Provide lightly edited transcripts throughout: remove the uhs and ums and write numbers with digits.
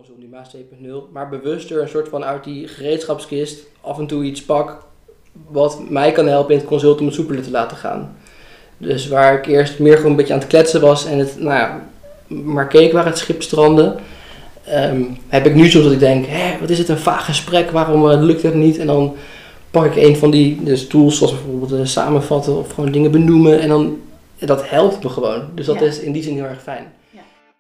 consult nu Maas 2.0, maar bewuster een soort van uit die gereedschapskist af en toe iets pak wat mij kan helpen in het consult om het soepeler te laten gaan. Dus waar ik eerst meer gewoon een beetje aan het kletsen was en het, maar keek waar het schip strandde, heb ik nu soms dat ik denk, wat is het een vaag gesprek, waarom lukt het niet? En dan pak ik een van die tools, zoals bijvoorbeeld samenvatten of gewoon dingen benoemen en dan, dat helpt me gewoon. Dus dat is in die zin heel erg fijn. Ja.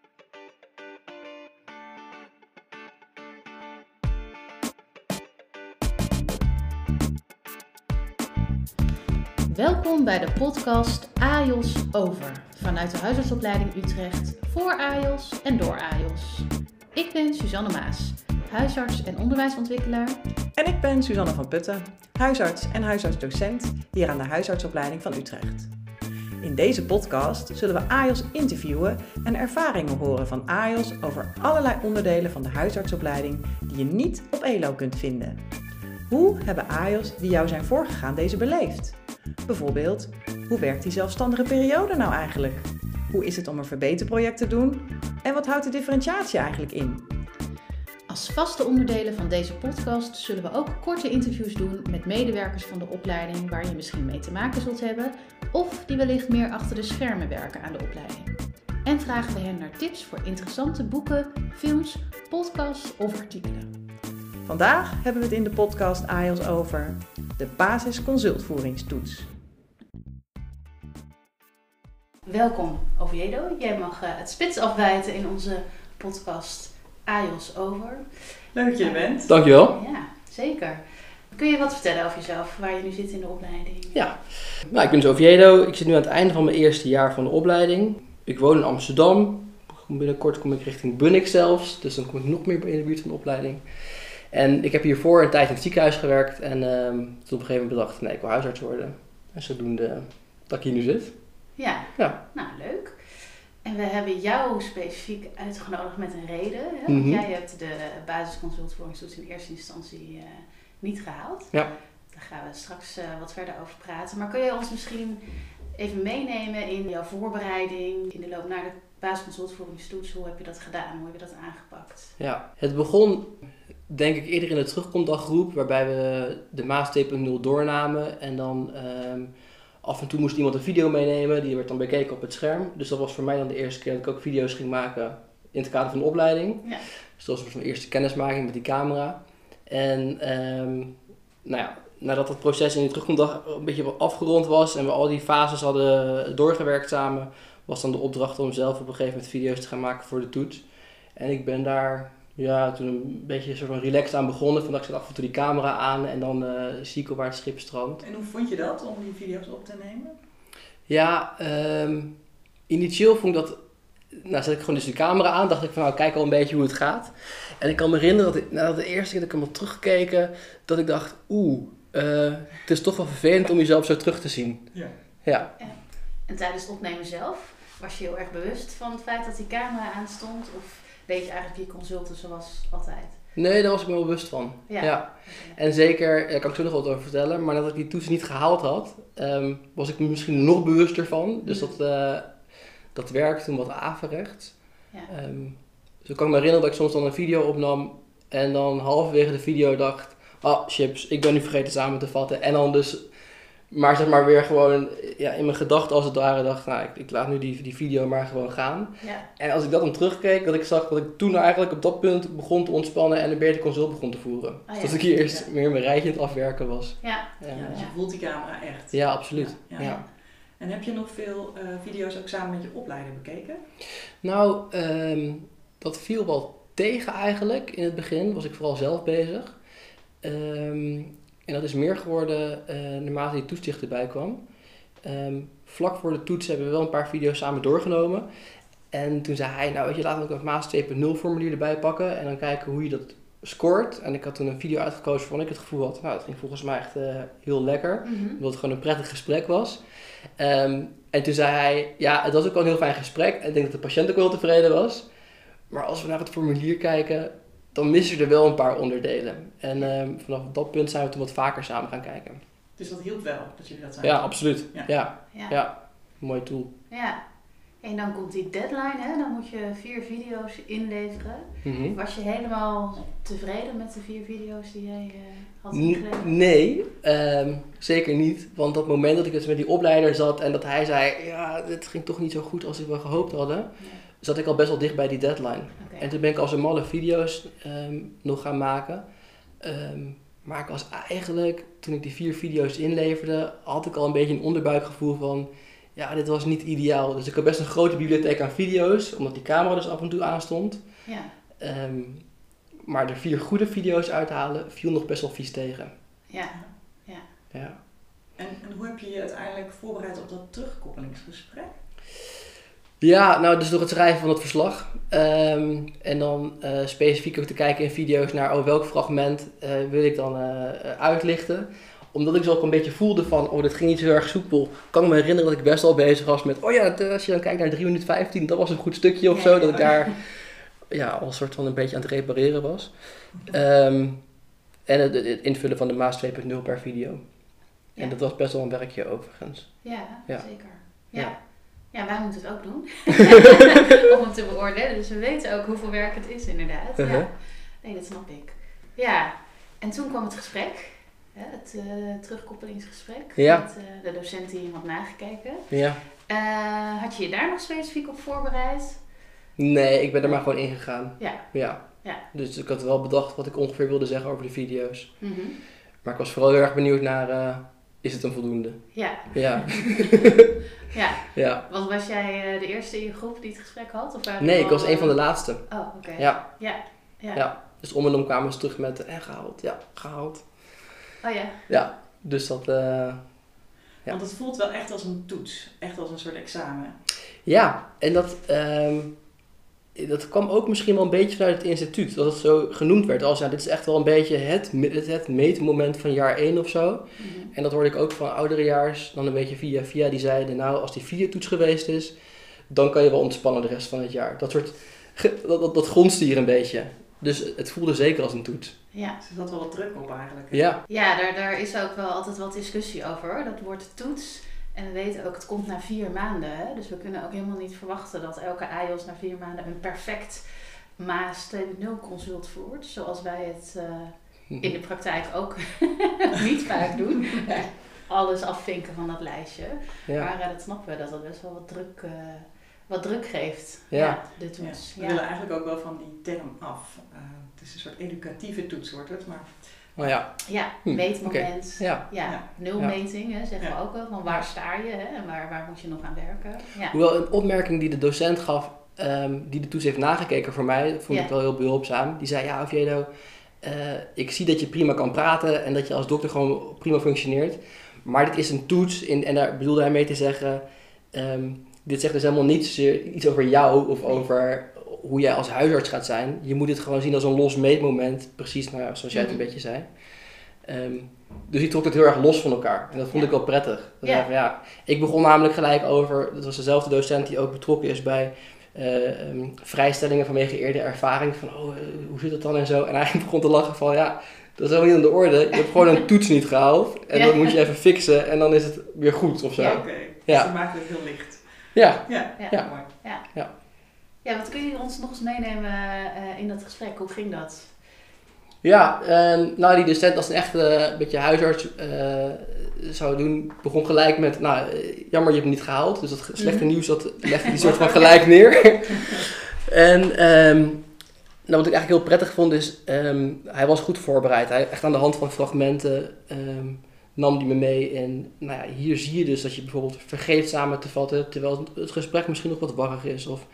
Welkom bij de podcast AJOS Over, vanuit de huisartsopleiding Utrecht, voor AJOS en door AJOS. Ik ben Suzanne Maas, huisarts en onderwijsontwikkelaar. En ik ben Suzanne van Putten, huisarts en huisartsdocent hier aan de huisartsopleiding van Utrecht. In deze podcast zullen we AJOS interviewen en ervaringen horen van AJOS over allerlei onderdelen van de huisartsopleiding die je niet op ELO kunt vinden. Hoe hebben AJOS die jou zijn voorgegaan deze beleefd? Bijvoorbeeld, hoe werkt die zelfstandige periode nou eigenlijk? Hoe is het om een verbeterproject te doen? En wat houdt de differentiatie eigenlijk in? Als vaste onderdelen van deze podcast zullen we ook korte interviews doen met medewerkers van de opleiding waar je misschien mee te maken zult hebben, of die wellicht meer achter de schermen werken aan de opleiding. En vragen we hen naar tips voor interessante boeken, films, podcasts of artikelen. Vandaag hebben we het in de podcast AJOS over de basis consultvoeringstoets. Welkom Oviedo, jij mag het spits afwijten in onze podcast AJOS Over. Leuk dat je er bent. Dankjewel. Ja, zeker. Kun je wat vertellen over jezelf, waar je nu zit in de opleiding? Ja, ik ben dus Oviedo. Ik zit nu aan het einde van mijn eerste jaar van de opleiding. Ik woon in Amsterdam. Binnenkort kom ik richting Bunnik zelfs, dus dan kom ik nog meer in de buurt van de opleiding. En ik heb hiervoor een tijd in het ziekenhuis gewerkt en toen op een gegeven moment bedacht, nee, ik wil huisarts worden. En zodoende dat ik hier nu zit. Ja, Ja. Nou leuk. En we hebben jou specifiek uitgenodigd met een reden. Hè? Want jij hebt de basisconsultvoeringstoets in eerste instantie niet gehaald. Ja. Daar gaan we straks wat verder over praten. Maar kun je ons misschien even meenemen in jouw voorbereiding in de loop naar de basisconsultvoeringstoets? Hoe heb je dat gedaan? Hoe heb je dat aangepakt? Ja, het begon denk ik eerder in de terugkomdaggroep waarbij we de Maas 2.0 doornamen en dan af en toe moest iemand een video meenemen, die werd dan bekeken op het scherm. Dus dat was voor mij dan de eerste keer dat ik ook video's ging maken in het kader van de opleiding. Ja. Dus dat was mijn eerste kennismaking met die camera. En nadat het proces in de terugkomdag een beetje afgerond was en we al die fases hadden doorgewerkt samen, was dan de opdracht om zelf op een gegeven moment video's te gaan maken voor de toets. En ik ben daar toen een beetje soort van relaxed aan begonnen. Van dat ik zet af en toe die camera aan en dan zie ik al waar het schip strandt. En hoe vond je dat om die video's op te nemen? Ja, initieel vond ik dat, zet ik gewoon dus de camera aan, dacht ik van kijk al een beetje hoe het gaat. En ik kan me herinneren dat nadat de eerste keer dat ik hem had teruggekeken, dat ik dacht, het is toch wel vervelend om jezelf zo terug te zien. Ja. En tijdens het opnemen zelf, was je heel erg bewust van het feit dat die camera aanstond? Of deed je eigenlijk je consulten zoals altijd? Nee, daar was ik me wel bewust van. Ja. En zeker, daar kan ik zo nog wat over vertellen, maar nadat ik die toets niet gehaald had, was ik me misschien nog bewuster van. Dus dat werkte toen wat averechts. Ja. Dus ik kan me herinneren dat ik soms dan een video opnam en dan halverwege de video dacht, chips, ik ben nu vergeten samen te vatten. En dan dus, maar zeg maar weer gewoon in mijn gedachten als het ware dacht, ik laat nu die video maar gewoon gaan. Ja. En als ik dat dan terugkeek, dat ik zag dat ik toen eigenlijk op dat punt begon te ontspannen en een beter consult begon te voeren. Dus dat ik hier eerst meer mijn rijtje aan het afwerken was. Ja. Dus je voelt die camera echt. Ja, absoluut. Ja. En heb je nog veel video's ook samen met je opleider bekeken? Nou, dat viel wel tegen eigenlijk. In het begin was ik vooral zelf bezig. En dat is meer geworden naarmate die toets dichterbij kwam. Vlak voor de toets hebben we wel een paar video's samen doorgenomen. En toen zei hij, weet je, laten we ook een Maas 2.0 formulier erbij pakken. En dan kijken hoe je dat scoort. En ik had toen een video uitgekozen waarvan ik het gevoel had, dat ging volgens mij echt heel lekker. Omdat het gewoon een prettig gesprek was. En toen zei hij, het was ook wel een heel fijn gesprek. En ik denk dat de patiënt ook wel tevreden was. Maar als we naar het formulier kijken, dan missen er wel een paar onderdelen. En vanaf dat punt zijn we toen wat vaker samen gaan kijken. Dus dat hielp wel, dat jullie dat zijn? Ja, absoluut. Ja. Ja. Mooie tool. Ja. En dan komt die deadline, hè? Dan moet je 4 video's inleveren. Mhm. Was je helemaal tevreden met de 4 video's die jij had ingeleverd? Nee, zeker niet. Want op het moment dat ik dus met die opleider zat en dat hij zei, ja, het ging toch niet zo goed als we gehoopt hadden, Nee. zat ik al best wel dicht bij die deadline. Oké. En toen ben ik als een malle video's nog gaan maken. Maar ik was eigenlijk, toen ik die 4 video's inleverde, had ik al een beetje een onderbuikgevoel van, ja, dit was niet ideaal. Dus ik had best een grote bibliotheek aan video's, omdat die camera dus af en toe aanstond. Ja. Maar er 4 goede video's uithalen viel nog best wel vies tegen. Ja. Ja. En hoe heb je je uiteindelijk voorbereid op dat terugkoppelingsgesprek? Ja, nou dus door het schrijven van het verslag. En dan specifiek ook te kijken in video's naar welk fragment wil ik dan uitlichten. Omdat ik zo ook een beetje voelde van, dit ging niet zo erg soepel. Kan ik me herinneren dat ik best wel bezig was met, als je dan kijkt naar 3 minuten 15, dat was een goed stukje of zo. Dat ik daar al een soort van een beetje aan het repareren was. En het invullen van de Maas 2.0 per video. Ja. En dat was best wel een werkje overigens. Ja, Ja. zeker. Ja. Ja. Ja, wij moeten het ook doen. Om het te beoordelen. Dus we weten ook hoeveel werk het is inderdaad. Uh-huh. Ja. Nee, dat snap ik. Ja, en toen kwam het gesprek. Hè, het terugkoppelingsgesprek. Ja. Met de docent die hem had nagekeken. Ja. Had je je daar nog specifiek op voorbereid? Nee, ik ben er maar gewoon ingegaan. Ja. Ja. Ja. Dus ik had wel bedacht wat ik ongeveer wilde zeggen over de video's. Mhm. Maar ik was vooral heel erg benieuwd naar, is het een voldoende? Ja. Ja. Ja. Ja. Want was jij de eerste in je groep die het gesprek had? Of waren Nee, er ik al, was een van de laatste. Oh, oké. Ja. Ja. Ja. Ja. Dus om en om kwamen ze terug met, gehaald. Ja, gehaald. Oh ja. Ja. Dus dat, ja. Want het voelt wel echt als een toets. Echt als een soort examen. Ja, en dat kwam ook misschien wel een beetje vanuit het instituut. Dat het zo genoemd werd als, dit is echt wel een beetje het meetmoment van jaar 1 of zo. Mhm. En dat hoorde ik ook van ouderejaars, dan een beetje via, die zeiden, nou, als die videotoets geweest is, dan kan je wel ontspannen de rest van het jaar. Dat gonste hier een beetje. Dus het voelde zeker als een toets. Ja. Dus er zat wel wat druk op eigenlijk. Hè? Ja. Ja, daar is ook wel altijd wat discussie over hoor. Dat woord toets. En we weten ook, het komt na 4 maanden. Hè? Dus we kunnen ook helemaal niet verwachten dat elke AIOS na 4 maanden een perfect Maas 2.0 consult voert. Zoals wij het in de praktijk ook niet vaak doen. Alles afvinken van dat lijstje. Ja. Maar dat snappen we, dat dat best wel wat druk geeft. Ja. De toets. We willen eigenlijk ook wel van die term af. Het is een soort educatieve toets wordt het, maar... Oh ja. Ja, meetmoment. Okay. Ja. Ja, nulmeting, hè, zeggen we ook wel. Van waar sta je hè, en waar moet je nog aan werken. Ja. Hoewel een opmerking die de docent gaf, die de toets heeft nagekeken voor mij, vond ik wel heel behulpzaam. Die zei, ja, Oviedo, ik zie dat je prima kan praten en dat je als dokter gewoon prima functioneert. Maar dit is een toets en daar bedoelde hij mee te zeggen, dit zegt dus helemaal niets iets over jou of over hoe jij als huisarts gaat zijn. Je moet het gewoon zien als een los meetmoment, precies zoals jij het een beetje zei. Dus die trok het heel erg los van elkaar. En dat vond ik wel prettig. Dat zei van, ik begon namelijk gelijk over, dat was dezelfde docent die ook betrokken is bij vrijstellingen vanwege eerdere ervaring. Van, hoe zit het dan en zo. En hij begon te lachen van, dat is helemaal niet aan de orde. Je hebt gewoon een toets niet gehaald. En dat moet je even fixen en dan is het weer goed of zo. Ja, oké. Dus die maakt het heel licht. Ja. Mooi. Ja, wat kun je ons nog eens meenemen in dat gesprek? Hoe ging dat? Ja, die docent als een echte beetje huisarts zou doen, begon gelijk met, jammer je hebt het niet gehaald. Dus dat slechte nieuws, dat legde die soort van gelijk neer. En wat ik eigenlijk heel prettig vond is, hij was goed voorbereid. Hij echt aan de hand van fragmenten nam die me mee. En hier zie je dus dat je bijvoorbeeld vergeet samen te vatten, terwijl het gesprek misschien nog wat warrig is. Of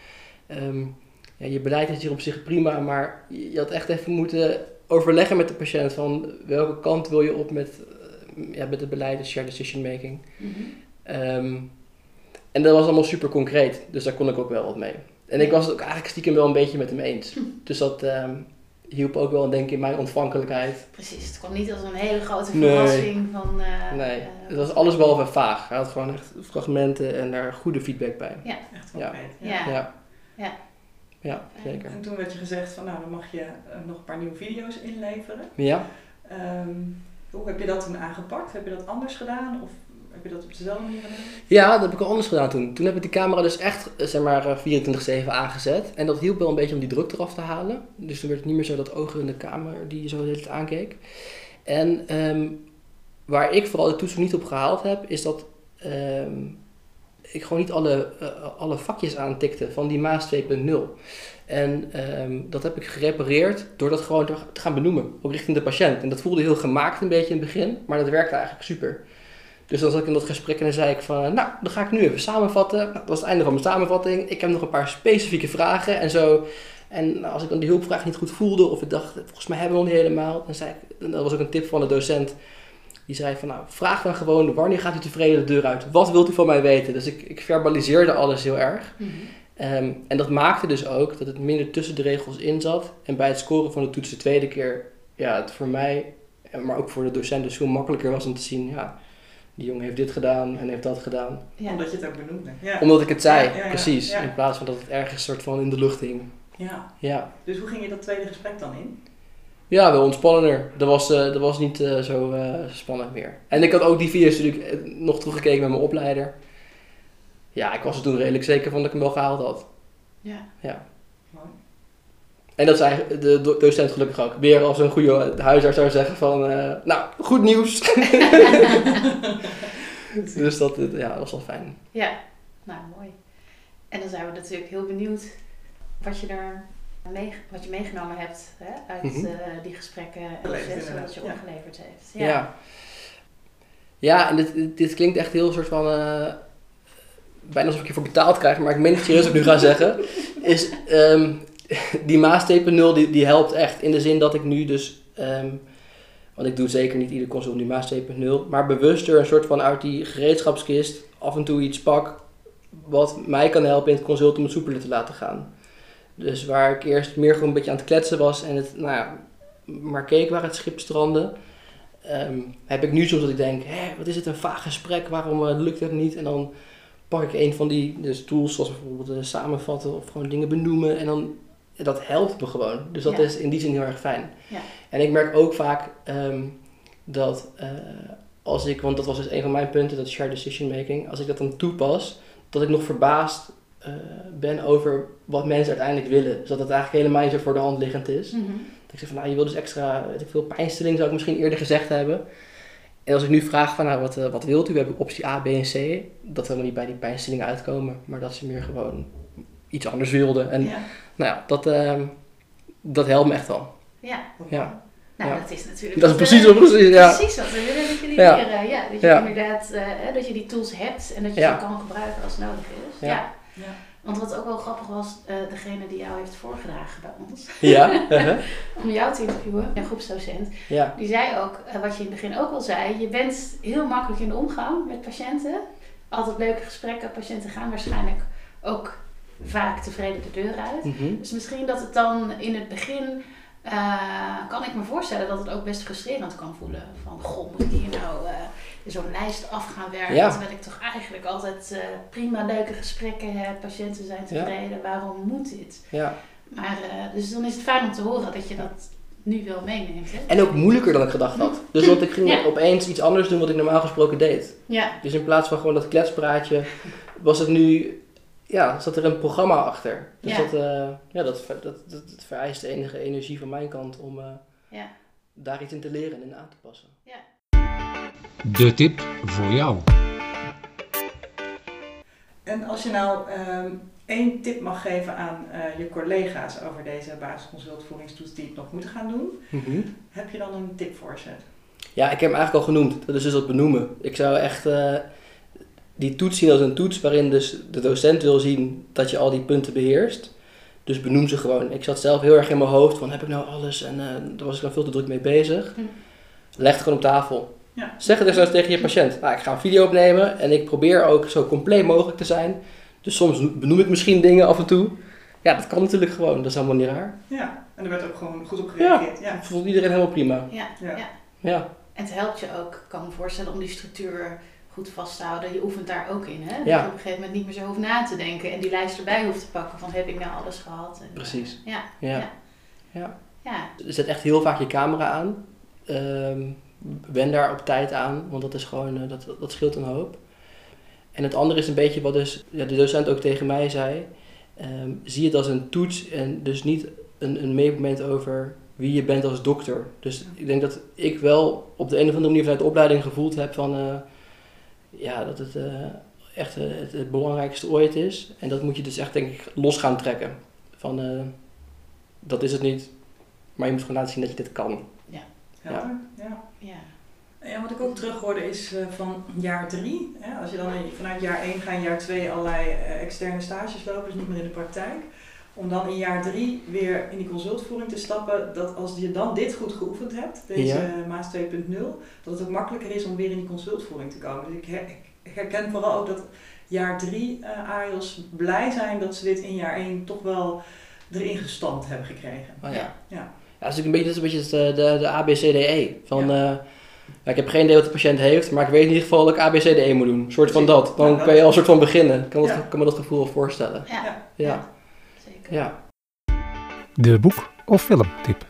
je beleid is hier op zich prima, maar je had echt even moeten overleggen met de patiënt van welke kant wil je op met het beleid, de shared decision making. Mm-hmm. En dat was allemaal super concreet, dus daar kon ik ook wel wat mee. En ik was het ook eigenlijk stiekem wel een beetje met hem eens. Dus dat hielp ook wel, denk ik, in mijn ontvankelijkheid. Precies, het kwam niet als een hele grote verrassing van... nee, het was alles behalve vaag. Hij had gewoon echt fragmenten en daar goede feedback bij. Ja. Echt concreet. Ja, zeker. En toen werd je gezegd van, dan mag je nog een paar nieuwe video's inleveren. Ja. Hoe heb je dat toen aangepakt? Heb je dat anders gedaan? Of Heb je dat op dezelfde manier gedaan? Ja, dat heb ik al anders gedaan toen. Toen heb ik die camera dus echt, 24/7 aangezet. En dat hielp wel een beetje om die druk eraf te halen. Dus toen werd het niet meer zo dat ogen in de kamer die je zo de hele tijd aankeek. En waar ik vooral de toetsen niet op gehaald heb, is dat ik gewoon niet alle vakjes aantikte van die Maas 2.0. En dat heb ik gerepareerd door dat gewoon te gaan benoemen, ook richting de patiënt. En dat voelde heel gemaakt een beetje in het begin, maar dat werkte eigenlijk super. Dus dan zat ik in dat gesprek en dan zei ik van, nou, dan ga ik nu even samenvatten. Nou, dat was het einde van mijn samenvatting. Ik heb nog een paar specifieke vragen en zo. En als ik dan die hulpvraag niet goed voelde, of ik dacht, volgens mij hebben we nog niet helemaal. Dan zei ik, dat was ook een tip van de docent. Die zei van, nou, vraag dan gewoon, wanneer gaat u tevreden de deur uit? Wat wilt u van mij weten? Dus ik verbaliseerde alles heel erg. Mm-hmm. En dat maakte dus ook dat het minder tussen de regels in zat. En bij het scoren van de toets de tweede keer, ja, het voor mij, maar ook voor de docent dus veel makkelijker was om te zien, ja, die jongen heeft dit gedaan en heeft dat gedaan. Ja. Omdat je het ook benoemde. Ja. Omdat ik het zei, ja, precies. Ja. In plaats van dat het ergens soort van in de lucht hing. Ja. Dus hoe ging je dat tweede gesprek dan in? Ja, wel ontspannender. Dat was niet zo spannend meer. En ik had ook die video's natuurlijk nog teruggekeken met mijn opleider. Ja, ik was er toen redelijk zeker van dat ik hem wel gehaald had. Ja. Mooi. En dat zei de docent gelukkig ook. Weer als een goede huisarts zou zeggen van, nou, goed nieuws. Dus dat was wel fijn. Ja, nou mooi. En dan zijn we natuurlijk heel benieuwd wat je meegenomen hebt uit die gesprekken en de lessen wat je opgeleverd heeft. Ja, en dit klinkt echt heel soort van, bijna alsof ik hiervoor betaald krijg, maar ik meen het serieus ook nu ga zeggen, is die Maas 2.0 die helpt echt. In de zin dat ik nu dus, want ik doe zeker niet ieder consult die Maas 2.0, maar bewuster een soort van uit die gereedschapskist af en toe iets pak wat mij kan helpen in het consult om het soepeler te laten gaan. Dus waar ik eerst meer gewoon een beetje aan het kletsen was en het, maar keek waar het schip strandde, heb ik nu soms dat ik denk, wat is het een vaag gesprek, waarom lukt het niet? En dan pak ik een van die tools, zoals bijvoorbeeld samenvatten of gewoon dingen benoemen en dan, dat helpt me gewoon. Dus dat is in die zin heel erg fijn. Ja. En ik merk ook vaak dat als ik, want dat was dus een van mijn punten, dat shared decision making, als ik dat dan toepas, dat ik nog verbaasd ben over wat mensen uiteindelijk willen. Dus dat het eigenlijk helemaal niet zo voor de hand liggend is. Mm-hmm. Dat ik zeg van, je wil dus extra, weet ik veel, pijnstilling zou ik misschien eerder gezegd hebben. En als ik nu vraag van, wat wilt u? Heb ik optie A, B en C. Dat we helemaal niet bij die pijnstilling uitkomen. Maar dat ze meer gewoon iets anders wilden. En dat helpt me echt wel. Ja. Dat is natuurlijk... Dat is precies wat we willen dat jullie leren. Ja, dat je inderdaad, dat je die tools hebt en dat je ze kan gebruiken als nodig is. Ja. Want wat ook wel grappig was, degene die jou heeft voorgedragen bij ons, om jou te interviewen, een groepsdocent, die zei ook, wat je in het begin ook al zei, je bent heel makkelijk in de omgang met patiënten. Altijd leuke gesprekken, patiënten gaan waarschijnlijk ook vaak tevreden de deur uit. Mm-hmm. Dus misschien dat het dan in het begin, kan ik me voorstellen dat het ook best frustrerend kan voelen. Van, goh, moet ik hier nou zo'n lijst af gaan werken, terwijl ik toch eigenlijk altijd prima leuke gesprekken heb, patiënten zijn tevreden, waarom moet dit? Ja. Maar, dus dan is het fijn om te horen dat je dat nu wel meeneemt. Hè? En ook moeilijker dan ik gedacht had. Dus want ik ging opeens iets anders doen wat ik normaal gesproken deed. Ja. Dus in plaats van gewoon dat kletspraatje, was het nu, zat er een programma achter. Dus dat vereist de enige energie van mijn kant om daar iets in te leren en in aan te passen. Ja. De tip voor jou. En als je nou 1 tip mag geven aan je collega's over deze basisconsultvoeringstoets die het nog moeten gaan doen, heb je dan een tip voor ze? Ja, ik heb hem eigenlijk al genoemd. Dat is dus dat benoemen. Ik zou echt die toets zien als een toets waarin dus de docent wil zien dat je al die punten beheerst. Dus benoem ze gewoon. Ik zat zelf heel erg in mijn hoofd van, heb ik nou alles? En daar was ik dan veel te druk mee bezig. Leg het gewoon op tafel. Ja. Zeg het eens tegen je patiënt. Ik ga een video opnemen en ik probeer ook zo compleet mogelijk te zijn. Dus soms benoem ik misschien dingen af en toe. Ja, dat kan natuurlijk gewoon. Dat is helemaal niet raar. Ja, en er werd ook gewoon goed op gereageerd. Ja, vond iedereen helemaal prima. Ja. En het helpt je ook, ik kan me voorstellen, om die structuur goed vast te houden. Je oefent daar ook in, hè? Dat je op een gegeven moment niet meer zo hoeft na te denken en die lijst erbij hoeft te pakken van, heb ik nou alles gehad? En, precies. Ja. Je zet echt heel vaak je camera aan. wen daar op tijd aan, want dat is gewoon, dat scheelt een hoop. En het andere is een beetje wat dus, de docent ook tegen mij zei. Zie het als een toets en dus niet een meetmoment over wie je bent als dokter. Dus ik denk dat ik wel op de een of andere manier vanuit de opleiding gevoeld heb van dat het echt het belangrijkste ooit is. En dat moet je dus echt denk ik los gaan trekken. Van dat is het niet, maar je moet gewoon laten zien dat je dit kan. Ja. Ja. Wat ik ook terug hoorde is van jaar 3. Als je dan vanuit jaar 1 ga in jaar 2 allerlei externe stages lopen, dus niet meer in de praktijk. Om dan in jaar 3 weer in die consultvoering te stappen, dat als je dan dit goed geoefend hebt, deze Maas 2.0, dat het ook makkelijker is om weer in die consultvoering te komen. Dus ik herken vooral ook dat jaar 3 AIOS blij zijn dat ze dit in jaar 1 toch wel erin gestampt hebben gekregen. Oh ja. Ja, dat is een beetje de ABCDE. Ik heb geen idee wat de patiënt heeft, maar ik weet in ieder geval dat ik ABCDE moet doen. Een soort van dat. Dan kan je al een soort van beginnen. Ik kan me dat gevoel wel voorstellen. Ja. Zeker. Ja. De boek- of filmtip.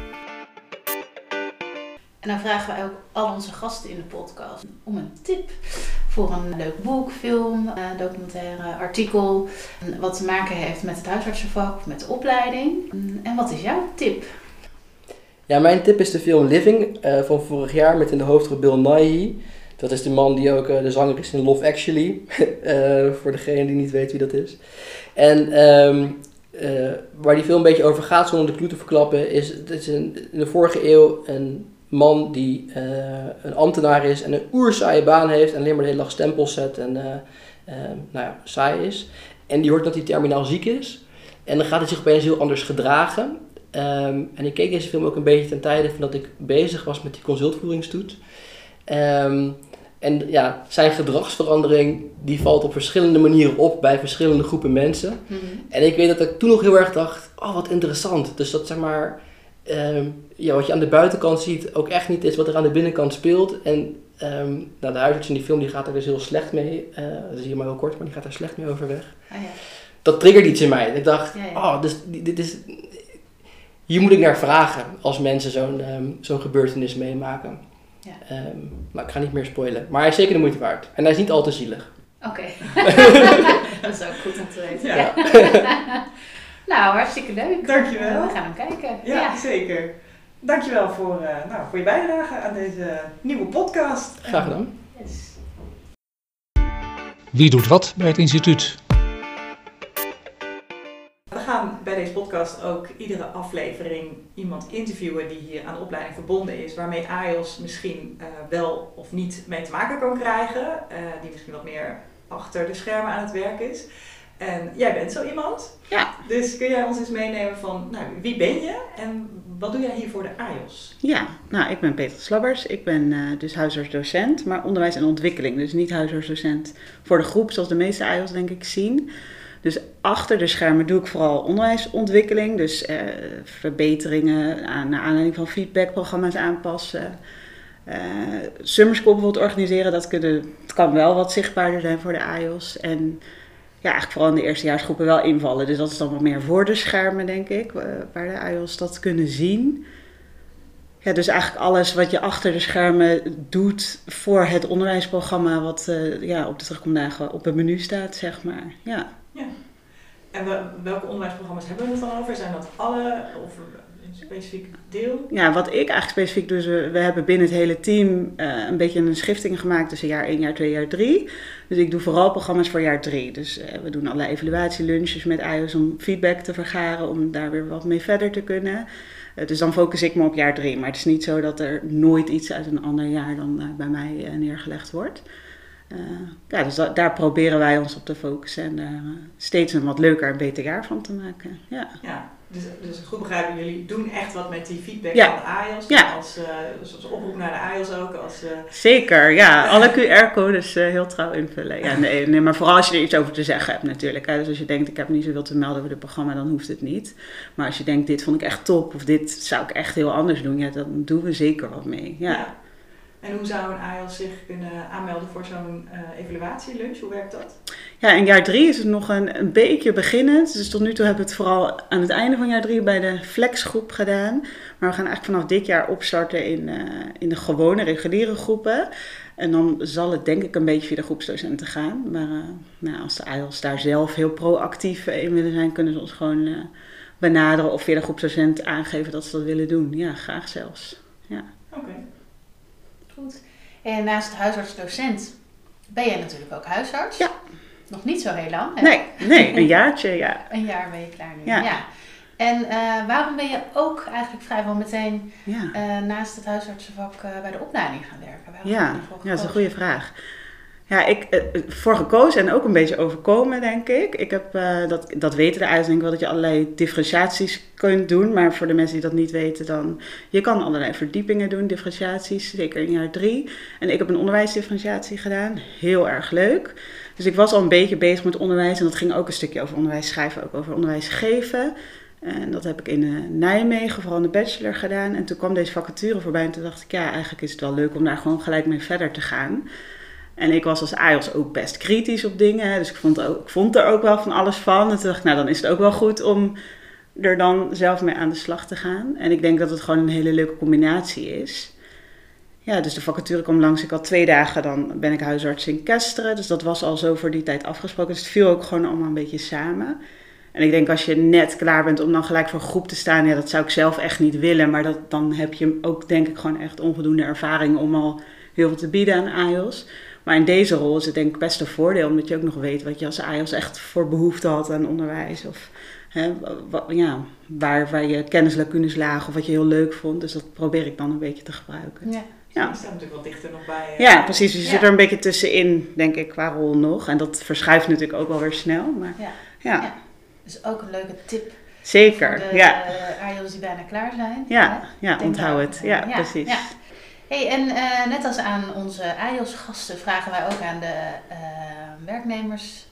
En dan vragen wij ook al onze gasten in de podcast om een tip voor een leuk boek, film, documentaire, artikel. Wat te maken heeft met het huisartsenvak, met de opleiding. En wat is jouw tip? Ja, mijn tip is de film Living van vorig jaar met in de hoofdrol Bill Nighy. Dat is de man die ook de zanger is in Love Actually. Voor degene die niet weet wie dat is. En waar die film een beetje over gaat, zonder de clue te verklappen, is in de vorige eeuw een man die een ambtenaar is en een oersaaie baan heeft en alleen maar de hele dag stempels zet en saai is. En die hoort dat hij terminaal ziek is. En dan gaat hij zich opeens heel anders gedragen. En ik keek deze film ook een beetje ten tijde van dat ik bezig was met die consultvoeringstoets. En ja, zijn gedragsverandering die valt op verschillende manieren op bij verschillende groepen mensen. Mm-hmm. En ik weet dat ik toen nog heel erg dacht, wat interessant. Dus dat zeg maar, wat je aan de buitenkant ziet ook echt niet is wat er aan de binnenkant speelt. En de huisarts in die film die gaat er dus heel slecht mee, dat zie je maar heel kort, maar die gaat er slecht mee overweg. Oh ja. Dat triggerde iets in mij. Ik dacht, dus dit is... Hier moet ik naar vragen als mensen zo'n gebeurtenis meemaken. Ja. Ik ga niet meer spoilen. Maar hij is zeker de moeite waard. En hij is niet al te zielig. Oké. Dat is ook goed om te weten. Ja. Nou, hartstikke leuk. Dankjewel. We gaan hem kijken. Ja, zeker. Dankjewel voor je bijdrage aan deze nieuwe podcast. Graag gedaan. Yes. Wie doet wat bij het instituut? We gaan bij deze podcast ook iedere aflevering iemand interviewen die hier aan de opleiding verbonden is, waarmee AIOS misschien wel of niet mee te maken kan krijgen, die misschien wat meer achter de schermen aan het werk is. En jij bent zo iemand. Ja. Dus kun jij ons eens meenemen van, wie ben je en wat doe jij hier voor de AIOS? Ja, ik ben Petra Slabbers. Ik ben dus huisartsdocent, maar onderwijs en ontwikkeling. Dus niet huisartsdocent voor de groep, zoals de meeste AIOS denk ik zien. Dus achter de schermen doe ik vooral onderwijsontwikkeling. Dus verbeteringen naar aanleiding van feedbackprogramma's aanpassen. Summer school bijvoorbeeld organiseren, het kan wel wat zichtbaarder zijn voor de AIOS. En ja, eigenlijk vooral in de eerstejaarsgroepen wel invallen. Dus dat is dan wat meer voor de schermen, denk ik, waar de AIOS dat kunnen zien. Ja, dus eigenlijk alles wat je achter de schermen doet voor het onderwijsprogramma wat op de terugkomdagen op het menu staat, zeg maar. Ja. En welke onderwijsprogramma's hebben we het dan over? Zijn dat alle of een specifiek deel? Ja, wat ik eigenlijk specifiek doe, we hebben binnen het hele team een beetje een schifting gemaakt tussen jaar 1, jaar 2, jaar 3. Dus ik doe vooral programma's voor jaar 3. Dus we doen allerlei evaluatielunches met AIOS om feedback te vergaren, om daar weer wat mee verder te kunnen. Dus dan focus ik me op jaar 3. Maar het is niet zo dat er nooit iets uit een ander jaar dan bij mij neergelegd wordt. Dus daar proberen wij ons op te focussen en daar steeds een wat leuker en beter jaar van te maken. Ja. Dus goed begrijpen, jullie doen echt wat met die feedback Ja. van de AIOS, Ja. als oproep naar de AIOS ook. Zeker, ja. Alle QR-codes heel trouw invullen. Ja, nee, maar vooral als je er iets over te zeggen hebt natuurlijk. Hè. Dus als je denkt, ik heb niet zoveel te melden over het programma, dan hoeft het niet. Maar als je denkt, dit vond ik echt top of dit zou ik echt heel anders doen, dan doen we zeker wat mee. Ja. En hoe zou een AIOS zich kunnen aanmelden voor zo'n evaluatielunch? Hoe werkt dat? Ja, in jaar 3 is het nog een beetje beginnend. Dus tot nu toe hebben we het vooral aan het einde van jaar 3 bij de flexgroep gedaan. Maar we gaan eigenlijk vanaf dit jaar opstarten in de gewone, reguliere groepen. En dan zal het denk ik een beetje via de groepsdocenten gaan. Maar als de AIOS daar zelf heel proactief in willen zijn, kunnen ze ons gewoon benaderen of via de groepsdocent aangeven dat ze dat willen doen. Ja, graag zelfs. Ja. Oké. Goed. En naast huisarts-docent ben jij natuurlijk ook huisarts. Ja. Nog niet zo heel lang, hè? Nee, een jaartje, ja. Een jaar ben je klaar nu. Ja. En waarom ben je ook eigenlijk vrijwel meteen naast het huisartsenvak bij de opleiding gaan werken? Waarom heb je ervoor dat is een gekozen? goede vraag. Ja, ik voor gekozen en ook een beetje overkomen, denk ik. Ik heb, dat weten de AIOS denk ik wel, dat je allerlei differentiaties kunt doen. Maar voor de mensen die dat niet weten, dan... Je kan allerlei verdiepingen doen, differentiaties, zeker in jaar 3. En ik heb een onderwijsdifferentiatie gedaan. Heel erg leuk. Dus ik was al een beetje bezig met onderwijs. En dat ging ook een stukje over onderwijs schrijven, ook over onderwijs geven. En dat heb ik in Nijmegen, vooral in de bachelor gedaan. En toen kwam deze vacature voorbij en toen dacht ik, ja, eigenlijk is het wel leuk om daar gewoon gelijk mee verder te gaan. En ik was als AIOS ook best kritisch op dingen. Dus ik vond er ook wel van alles van. En toen dacht ik, nou dan is het ook wel goed om er dan zelf mee aan de slag te gaan. En ik denk dat het gewoon een hele leuke combinatie is. Ja, dus de vacature kwam langs. Ik had 2 dagen, dan ben ik huisarts in Kesteren. Dus dat was al zo voor die tijd afgesproken. Dus het viel ook gewoon allemaal een beetje samen. En ik denk als je net klaar bent om dan gelijk voor een groep te staan. Ja, dat zou ik zelf echt niet willen. Maar dan heb je ook denk ik gewoon echt onvoldoende ervaring om al heel veel te bieden aan AIOS. Maar in deze rol is het denk ik best een voordeel. Omdat je ook nog weet wat je als AIOS echt voor behoefte had aan onderwijs. Of waar je kennislacunes lagen of wat je heel leuk vond. Dus dat probeer ik dan een beetje te gebruiken. Ja. Ja. Die staat natuurlijk wel dichter nog bij. Ja, precies. Dus je zit er een beetje tussenin, denk ik, qua rol nog. En dat verschuift natuurlijk ook wel weer snel. Maar ja. Dus ook een leuke tip. Zeker, voor de AIOS die bijna klaar zijn. Ja, onthoud het. Ja, precies. Ja. Hey, en net als aan onze AIOS-gasten vragen wij ook aan de werknemers...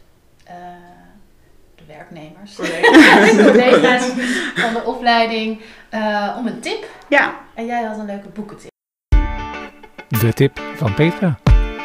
collega's van de opleiding om een tip. Ja. En jij had een leuke boekentip. De tip van Petra.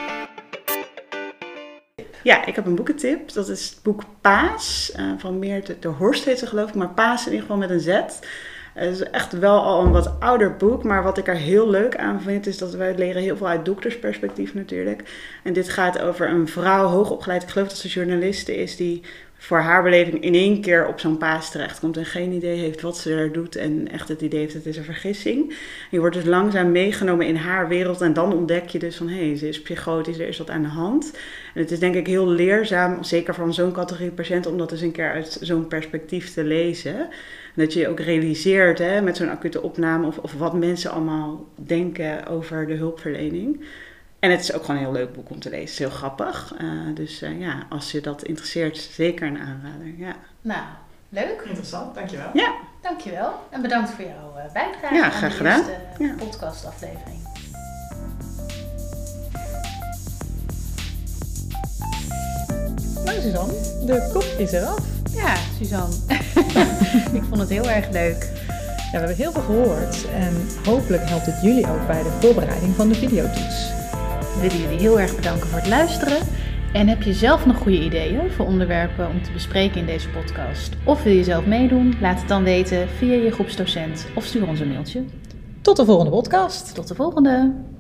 Ja, ik heb een boekentip. Dat is het boek Paas van Meert de Horst heet ze geloof ik. Maar Paas in ieder geval met een Z. Het is echt wel al een wat ouder boek. Maar wat ik er heel leuk aan vind is dat wij leren heel veel uit doktersperspectief natuurlijk. En dit gaat over een vrouw, hoogopgeleid. Ik geloof dat ze journaliste is die voor haar beleving in één keer op zo'n paas terechtkomt en geen idee heeft wat ze er doet en echt het idee heeft het is een vergissing. Je wordt dus langzaam meegenomen in haar wereld en dan ontdek je dus van ze is psychotisch, er is wat aan de hand. En het is denk ik heel leerzaam, zeker van zo'n categorie patiënten, om dat dus een keer uit zo'n perspectief te lezen. En dat je ook realiseert met zo'n acute opname of wat mensen allemaal denken over de hulpverlening. En het is ook gewoon een heel leuk boek om te lezen. Het is heel grappig. Dus als je dat interesseert, zeker een aanrader. Ja. Nou, leuk. Interessant, dankjewel. Ja. Dankjewel. En bedankt voor jouw bijdrage Ja, aan graag de gedaan. eerste podcastaflevering. Nou Suzanne, de kop is eraf. Ja, Suzanne. Ik vond het heel erg leuk. Ja, we hebben heel veel gehoord en hopelijk helpt het jullie ook bij de voorbereiding van de videotoets. We willen jullie heel erg bedanken voor het luisteren. En heb je zelf nog goede ideeën voor onderwerpen om te bespreken in deze podcast? Of wil je zelf meedoen? Laat het dan weten via je groepsdocent of stuur ons een mailtje. Tot de volgende podcast. Tot de volgende!